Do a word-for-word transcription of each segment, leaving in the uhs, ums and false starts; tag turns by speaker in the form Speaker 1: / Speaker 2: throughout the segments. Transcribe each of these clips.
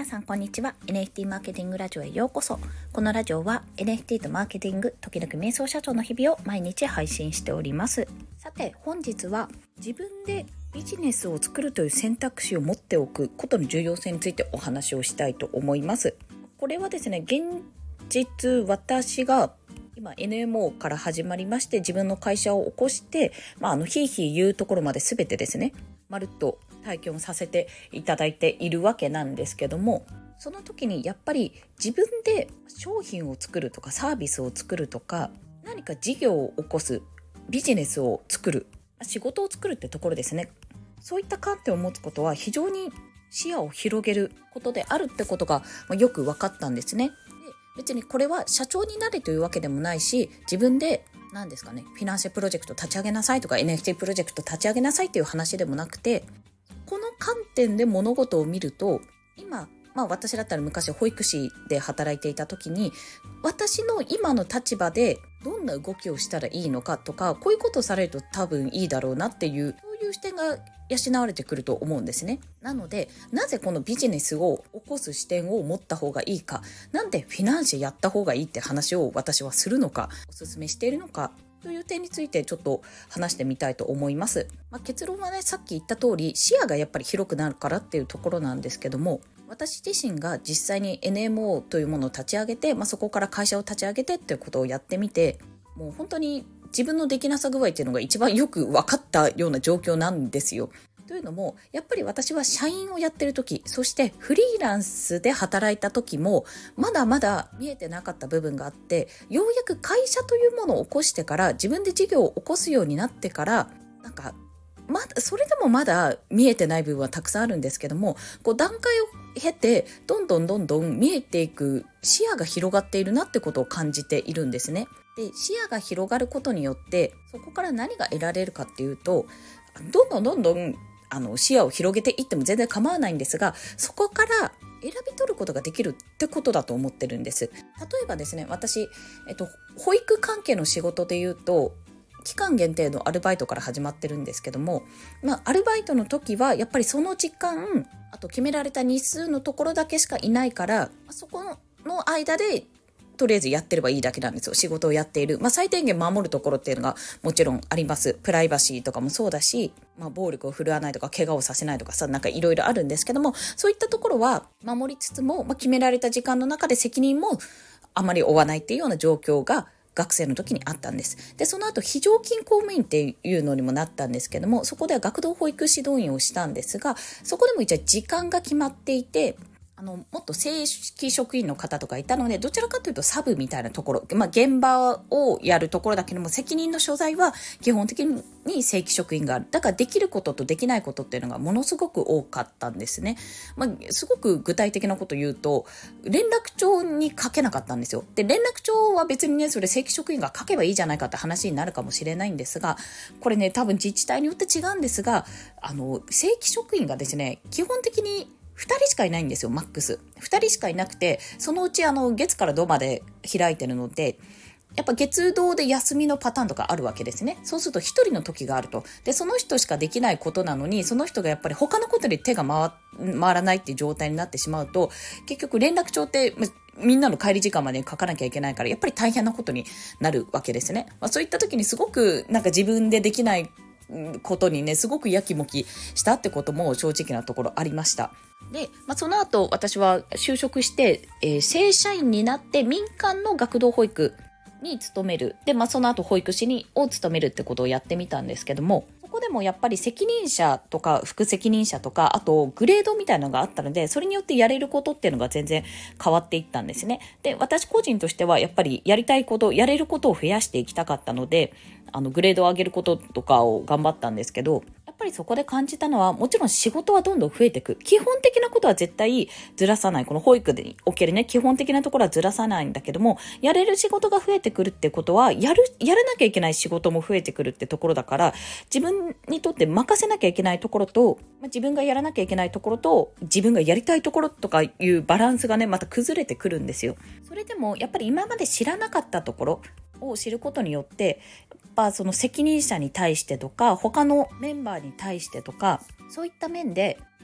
Speaker 1: さんこんにちは。 エヌエフティー マーケティングラジオへようこそ。このラジオは エヌエフティー とマーケティング、時々瞑想社長の日々を毎日配信しております。さて本日は自分でビジネスを作るという選択肢を持っておくことの重要性についてお話をしたいと思います。これはですね、現実私が今 エヌエムオー から始まりまして自分の会社を起こして、まあ、あのひいひい言うところまで全てですねまるっと体験をさせていただいているわけなんですけども、その時にやっぱり自分で商品を作るとかサービスを作るとか何か事業を起こす、ビジネスを作る、仕事を作るってところですね。そういった観点を持つことは非常に視野を広げることであるってことがよく分かったんですね。で別にこれは社長になれというわけでもないし、自分で何ですかね、フィナンシェプロジェクト立ち上げなさいとか エヌエフティー プロジェクト立ち上げなさいという話でもなくて、この観点で物事を見ると、今、まあ、私だったら昔保育士で働いていた時に私の今の立場でどんな動きをしたらいいのかとか、こういうことをされると多分いいだろうなっていう、そういう視点が養われてくると思うんですね。なのでなぜこのビジネスを起こす視点を持った方がいいか、なんでフィナンシェやった方がいいって話を私はするのか、お勧めしているのかという点についてちょっと話してみたいと思います。まあ、結論はね、さっき言った通り視野がやっぱり広くなるからっていうところなんですけども、私自身が実際に エヌエムオー というものを立ち上げて、まあ、そこから会社を立ち上げてっていうことをやってみて、もう本当に自分のできなさ具合っていうのが一番よく分かったような状況なんですよ。というのもやっぱり私は社員をやってる時、そしてフリーランスで働いた時もまだまだ見えてなかった部分があって、ようやく会社というものを起こしてから、自分で事業を起こすようになってから、なんかまだそれでもまだ見えてない部分はたくさんあるんですけども、こう段階を経てどんどんどんどん見えていく視野が広がっているなってことを感じているんですね。で視野が広がることによってそこから何が得られるかっていうと、どんどんどんどんあの視野を広げていっても全然構わないんですが、そこから選び取ることができるってことだと思ってるんです。例えばですね、私、えっと、保育関係の仕事で言うと期間限定のアルバイトから始まってるんですけども、まあ、アルバイトの時はやっぱりその時間、あと決められた日数のところだけしかいないから、そこの間でとりあえずやってればいいだけなんですよ。仕事をやっている、まあ、最低限守るところっていうのがもちろんあります。プライバシーとかもそうだし、まあ、暴力を振るわないとか怪我をさせないとかさ、なんかいろいろあるんですけども、そういったところは守りつつも、まあ、決められた時間の中で責任もあまり負わないっていうような状況が学生の時にあったんです。でその後非常勤公務員っていうのにもなったんですけども、そこでは学童保育指導員をしたんですが、そこでも一応時間が決まっていて、あのもっと正規職員の方とかいたので、どちらかというとサブみたいなところ、まあ、現場をやるところだけども責任の所在は基本的に正規職員がある。だからできることとできないことっていうのがものすごく多かったんですね。まあ、すごく具体的なこと言うと、連絡帳に書けなかったんですよ。で連絡帳は別にね、それ正規職員が書けばいいじゃないかって話になるかもしれないんですが、これね多分自治体によって違うんですが、あの正規職員がですね基本的にふたりしかいないんですよ。マックスふたりしかいなくて、そのうちあの月から土まで開いてるので、やっぱ月土で休みのパターンとかあるわけですね。そうすると一人の時があると。でその人しかできないことなのに、その人がやっぱり他のことに手が回回らないっていう状態になってしまうと、結局連絡帳ってみんなの帰り時間まで書かなきゃいけないから、やっぱり大変なことになるわけですね。まあ、そういった時にすごくなんか自分でできないことにね、すごくやきもきしたってことも正直なところありました。で、まあ、その後私は就職して、えー、正社員になって民間の学童保育に勤める。で、まあ、その後保育士にを務めるってことをやってみたんですけども、そこでもやっぱり責任者とか副責任者とか、あとグレードみたいなのがあったので、それによってやれることっていうのが全然変わっていったんですね。で、私個人としてはやっぱりやりたいこと、やれることを増やしていきたかったので、あのグレードを上げることとかを頑張ったんですけど、やっぱりそこで感じたのは、もちろん仕事はどんどん増えていく。基本的なことは絶対ずらさない。この保育でおけるね、基本的なところはずらさないんだけども、やれる仕事が増えてくるってことは、やる、やらなきゃいけない仕事も増えてくるってところだから、自分にとって任せなきゃいけないところと、まあ、自分がやらなきゃいけないところと、自分がやりたいところとかいうバランスがね、また崩れてくるんですよ。それでも、やっぱり今まで知らなかったところを知ることによって、ぱその責任者に対してとか他のメンバーに対してとか、そういった面で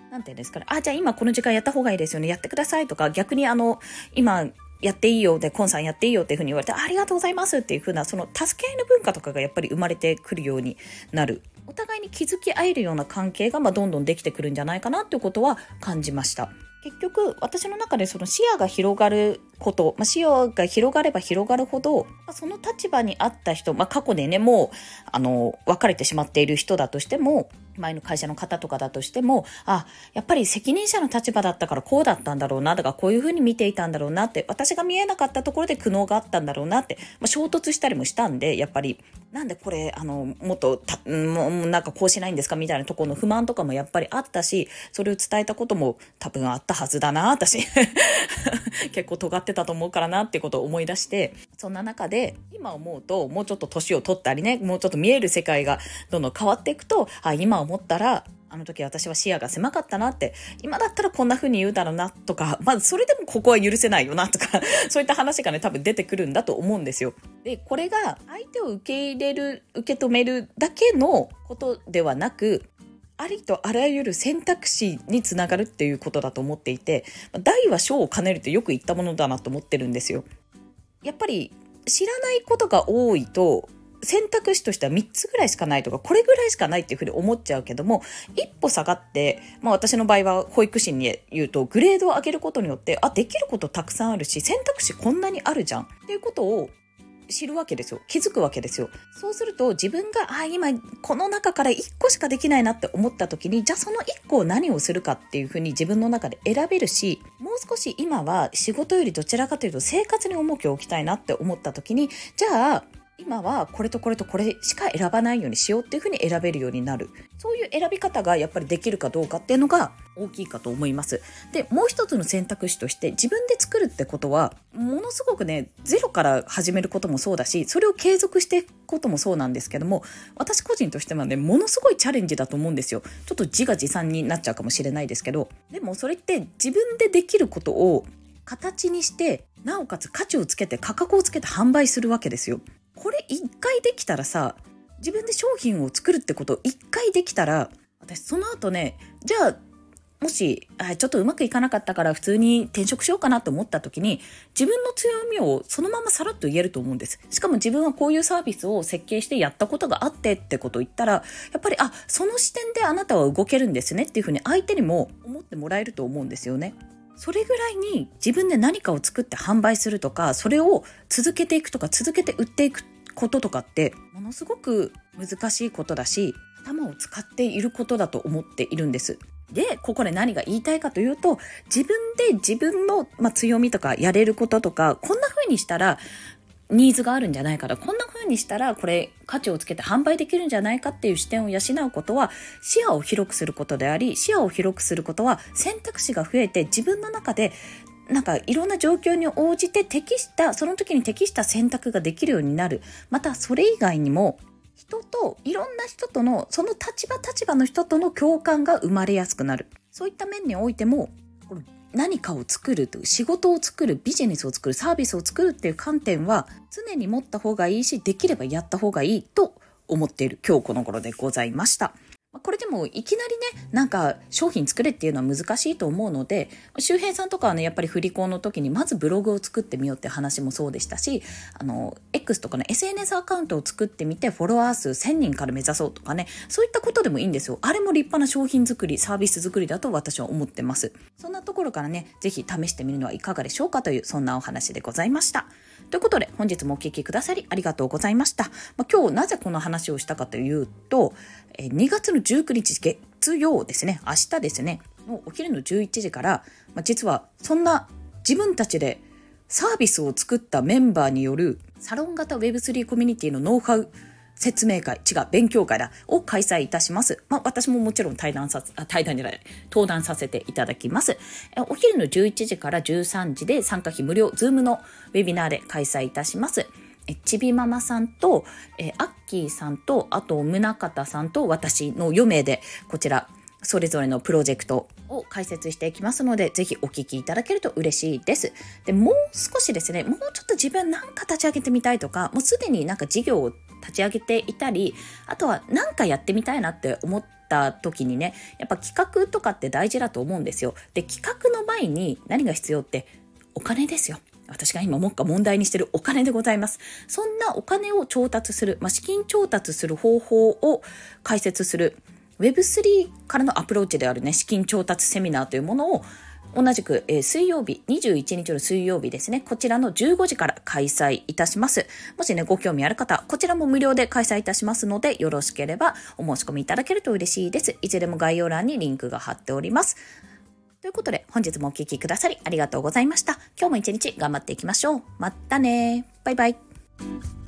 Speaker 1: なんていうんですかね、あ、じゃあ今この時間やった方がいいですよね、やってくださいとか、逆にあの、今、やっていいよで、コンさんやっていいよっていうふうに言われて、ありがとうございますっていうふうな、その助け合いの文化とかがやっぱり生まれてくるようになる。お互いに気づき合えるような関係が、まあ、どんどんできてくるんじゃないかなっていうことは感じました。結局、私の中でその視野が広がること、まあ、視野が広がれば広がるほど、まあ、その立場にあった人、まあ、過去でね、もう、あの、別れてしまっている人だとしても、前の会社の方とかだとしても、あ、やっぱり責任者の立場だったからこうだったんだろうな、とかこういうふうに見ていたんだろうなって、私が見えなかったところで苦悩があったんだろうなって、まあ、衝突したりもしたんで、やっぱり、なんでこれ、あの、もっとた、もうなんかこうしないんですかみたいなところの不満とかもやっぱりあったし、それを伝えたことも多分あったはずだな、私。結構尖ってたと思うからなっていうことを思い出して、そんな中で、今思うと、もうちょっと年を取ったりね、もうちょっと見える世界がどんどん変わっていくと、あ、今思ったら、あの時私は視野が狭かったなって、今だったらこんな風に言うだろうなとか、まずそれでもここは許せないよなとか、そういった話がね、多分出てくるんだと思うんですよ。で、これが相手を受け入れる、受け止めるだけのことではなく、ありとあらゆる選択肢につながるっていうことだと思っていて、大は小を兼ねるってよく言ったものだなと思ってるんですよ。やっぱり知らないことが多いと、選択肢としてはみっつぐらいしかないとか、これぐらいしかないっていうふうに思っちゃうけども、一歩下がって、まあ私の場合は保育士に言うと、グレードを上げることによって、あ、できることたくさんあるし、選択肢こんなにあるじゃんっていうことを知るわけですよ。気づくわけですよ。そうすると自分が、あ、今この中からいっこしかできないなって思った時に、じゃあそのいっこを何をするかっていうふうに自分の中で選べるし、もう少し今は仕事よりどちらかというと生活に重きを置きたいなって思った時に、じゃあ今はこれとこれとこれしか選ばないようにしようっていうふうに選べるようになる。そういう選び方がやっぱりできるかどうかっていうのが大きいかと思います。で、もう一つの選択肢として自分で作るってことは、ものすごくね、ゼロから始めることもそうだし、それを継続していくこともそうなんですけども、私個人としてはね、ものすごいチャレンジだと思うんですよ。ちょっと自画自賛になっちゃうかもしれないですけど、でもそれって自分でできることを形にして、なおかつ価値をつけて価格をつけて販売するわけですよ。これ一回できたらさ、自分で商品を作るってことを一回できたら、私その後ね、じゃあもしあちょっとうまくいかなかったから普通に転職しようかなと思った時に、自分の強みをそのままさらっと言えると思うんです。しかも自分はこういうサービスを設計してやったことがあってってことを言ったら、やっぱりあ、その視点であなたは動けるんですねっていうふうに相手にも思ってもらえると思うんですよね。それぐらいに自分で何かを作って販売するとか、それを続けていくとか続けて売っていくこととかってものすごく難しいことだし、頭を使っていることだと思っているんです。で、ここで何が言いたいかというと、自分で自分の、まあ、強みとかやれることとか、こんな風にしたらニーズがあるんじゃないかと、こんな風にしたらこれ価値をつけて販売できるんじゃないかっていう視点を養うことは、視野を広くすることであり、視野を広くすることは選択肢が増えて、自分の中でなんかいろんな状況に応じて適した、その時に適した選択ができるようになる。またそれ以外にも、人といろんな人との、その立場立場の人との共感が生まれやすくなる。そういった面においても、何かを作るという、仕事を作る、ビジネスを作る、サービスを作るっていう観点は常に持った方がいいし、できればやった方がいいと思っている今日この頃でございました。これでもいきなりね、なんか商品作れっていうのは難しいと思うので、周平さんとかはね、やっぱり振り子の時にまずブログを作ってみようって話もそうでしたし、あの X とかね エスエヌエス アカウントを作ってみてフォロワー数せんにんから目指そうとかね、そういったことでもいいんですよ。あれも立派な商品作り、サービス作りだと私は思ってます。そんなところからね、ぜひ試してみるのはいかがでしょうかという、そんなお話でございました。ということで本日もお聞きくださりありがとうございました。まあ、今日なぜこの話をしたかというと、にがつのじゅうくにち月曜ですね、明日ですねのお昼のじゅういちじから、まあ、実はそんな自分たちでサービスを作ったメンバーによるサロン型 ウェブスリー コミュニティのノウハウ説明会、違う、勉強会だを開催いたします。まあ、私ももちろん対談さあ対談じゃない登壇させていただきます。お昼のじゅういちじからじゅうさんじで参加費無料、ズームのウェビナーで開催いたします。ちびママさんとえアッキーさんと、あと宗方さんと私のよめいでこちらそれぞれのプロジェクトを解説していきますので、ぜひお聞きいただけると嬉しいです。で、もう少しですね、もうちょっと自分なんか立ち上げてみたいとか、もうすでになんか事業を立ち上げていたり、あとは何かやってみたいなって思った時にね、やっぱ企画とかって大事だと思うんですよ。で、企画の前に何が必要ってお金ですよ。私が今もっか問題にしているお金でございます。そんなお金を調達する、まあ、資金調達する方法を解説する ウェブスリー からのアプローチであるね、資金調達セミナーというものを同じく、えー、水曜日、にじゅういちにちの水曜日ですね、こちらのじゅうごじから開催いたします。もしね、ご興味ある方、こちらも無料で開催いたしますので、よろしければお申し込みいただけると嬉しいです。いずれも概要欄にリンクが貼っております。ということで、本日もお聞きくださりありがとうございました。今日も一日頑張っていきましょう。またね。バイバイ。